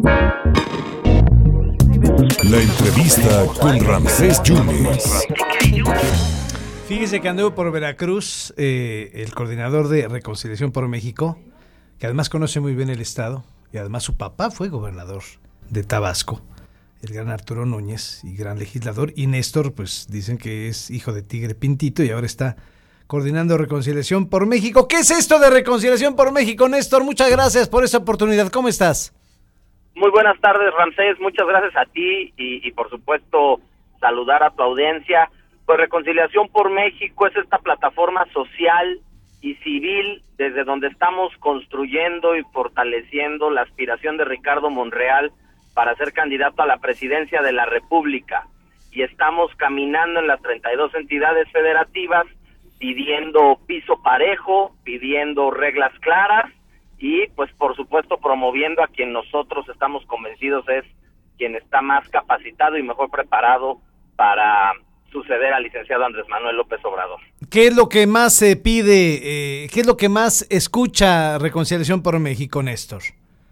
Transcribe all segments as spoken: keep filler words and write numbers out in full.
La entrevista con Ramsés Yunes. Fíjese que anduvo por Veracruz eh, el coordinador de Reconciliación por México, que además conoce muy bien el estado, y además su papá fue gobernador de Tabasco, el gran Arturo Núñez, y gran legislador, y Néstor, pues dicen que es hijo de Tigre Pintito, y ahora está coordinando Reconciliación por México. ¿Qué es esto de Reconciliación por México, Néstor? Muchas gracias por esa oportunidad. ¿Cómo estás? Muy buenas tardes, Ramsés. Muchas gracias a ti y, y por supuesto saludar a tu audiencia. Pues Reconciliación por México es esta plataforma social y civil desde donde estamos construyendo y fortaleciendo la aspiración de Ricardo Monreal para ser candidato a la presidencia de la República. Y estamos caminando en las treinta y dos entidades federativas pidiendo piso parejo, pidiendo reglas claras y pues por supuesto promoviendo a quien nosotros estamos convencidos es quien está más capacitado y mejor preparado para suceder al licenciado Andrés Manuel López Obrador. ¿Qué es lo que más se pide, eh, qué es lo que más escucha Reconciliación por México, Néstor?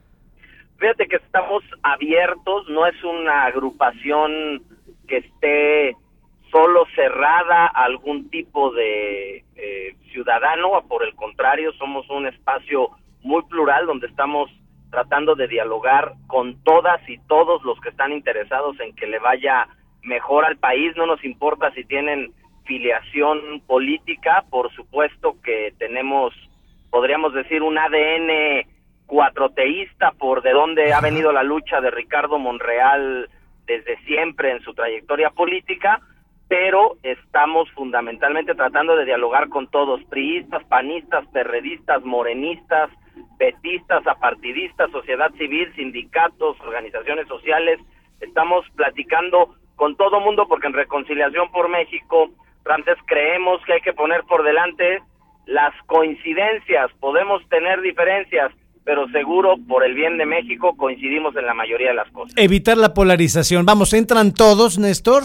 Fíjate que estamos abiertos, no es una agrupación que esté solo cerrada a algún tipo de eh, ciudadano, por el contrario, somos un espacio muy plural donde estamos tratando de dialogar con todas y todos los que están interesados en que le vaya mejor al país. No nos importa si tienen filiación política, por supuesto que tenemos, podríamos decir, un A D N cuatroteísta por de dónde ha venido la lucha de Ricardo Monreal desde siempre en su trayectoria política, pero estamos fundamentalmente tratando de dialogar con todos, priistas, panistas, perredistas, morenistas, petistas, apartidistas, sociedad civil, sindicatos, organizaciones sociales. Estamos platicando con todo mundo porque en Reconciliación por México, Ramsés, creemos que hay que poner por delante las coincidencias. Podemos tener diferencias, pero seguro por el bien de México coincidimos en la mayoría de las cosas. Evitar la polarización. Vamos, ¿entran todos, Néstor?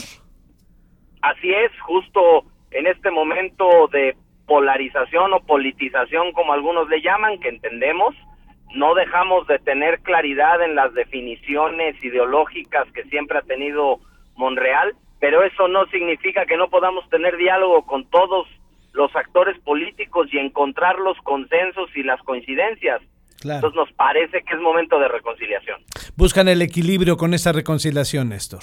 Así es, justo en este momento de polarización o politización, como algunos le llaman, que entendemos, no dejamos de tener claridad en las definiciones ideológicas que siempre ha tenido Monreal, pero eso no significa que no podamos tener diálogo con todos los actores políticos y encontrar los consensos y las coincidencias. Claro. Entonces nos parece que es momento de reconciliación. Buscan el equilibrio con esa reconciliación, Néstor.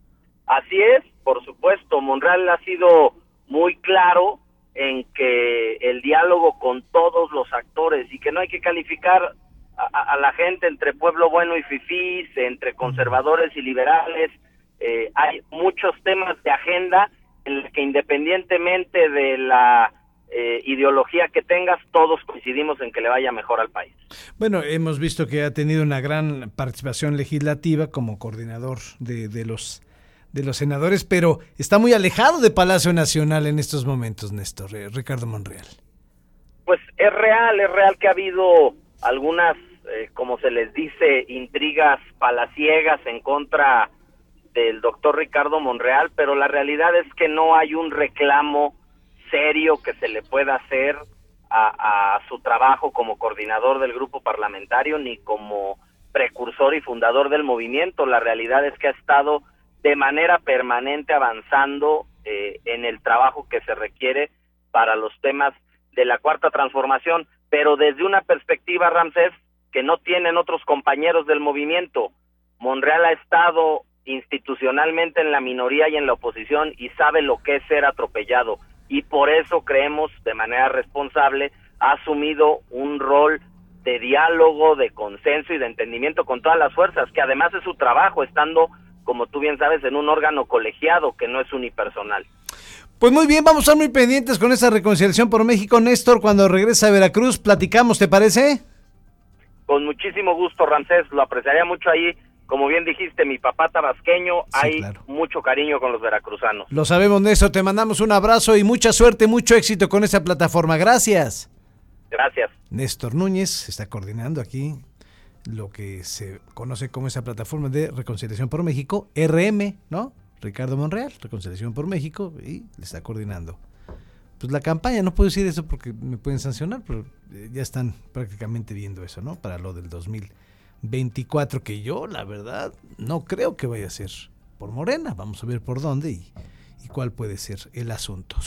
Así es, por supuesto, Monreal ha sido muy claro en que el diálogo con todos los actores y que no hay que calificar a, a la gente entre pueblo bueno y fifís, entre conservadores y liberales. Eh, hay muchos temas de agenda en los que independientemente de la eh, ideología que tengas, todos coincidimos en que le vaya mejor al país. Bueno, hemos visto que ha tenido una gran participación legislativa como coordinador de, de los de los senadores, pero está muy alejado de Palacio Nacional en estos momentos, Néstor, eh, Ricardo Monreal. Pues es real, es real que ha habido algunas, eh, como se les dice, intrigas palaciegas en contra del doctor Ricardo Monreal, pero la realidad es que no hay un reclamo serio que se le pueda hacer a, a su trabajo como coordinador del grupo parlamentario, ni como precursor y fundador del movimiento. La realidad es que ha estado de manera permanente avanzando eh, en el trabajo que se requiere para los temas de la Cuarta Transformación, pero desde una perspectiva, Ramsés, que no tienen otros compañeros del movimiento. Monreal ha estado institucionalmente en la minoría y en la oposición y sabe lo que es ser atropellado, y por eso creemos, de manera responsable, ha asumido un rol de diálogo, de consenso y de entendimiento con todas las fuerzas, que además es su trabajo, estando, como tú bien sabes, en un órgano colegiado que no es unipersonal. Pues muy bien, vamos a estar muy pendientes con esa Reconciliación por México, Néstor. Cuando regrese a Veracruz, platicamos, ¿te parece? Con muchísimo gusto, Ramsés, lo apreciaría mucho ahí. Como bien dijiste, mi papá tabasqueño, sí, hay claro. mucho cariño con los veracruzanos. Lo sabemos, Néstor, te mandamos un abrazo y mucha suerte, mucho éxito con esa plataforma. Gracias. Gracias. Néstor Núñez está coordinando aquí lo que se conoce como esa plataforma de Reconciliación por México, R M, ¿no? Ricardo Monreal, Reconciliación por México, y le está coordinando pues la campaña. No puedo decir eso porque me pueden sancionar, pero ya están prácticamente viendo eso, ¿no? Para lo del dos mil veinticuatro, que yo, la verdad, no creo que vaya a ser por Morena. Vamos a ver por dónde y, y cuál puede ser el asunto.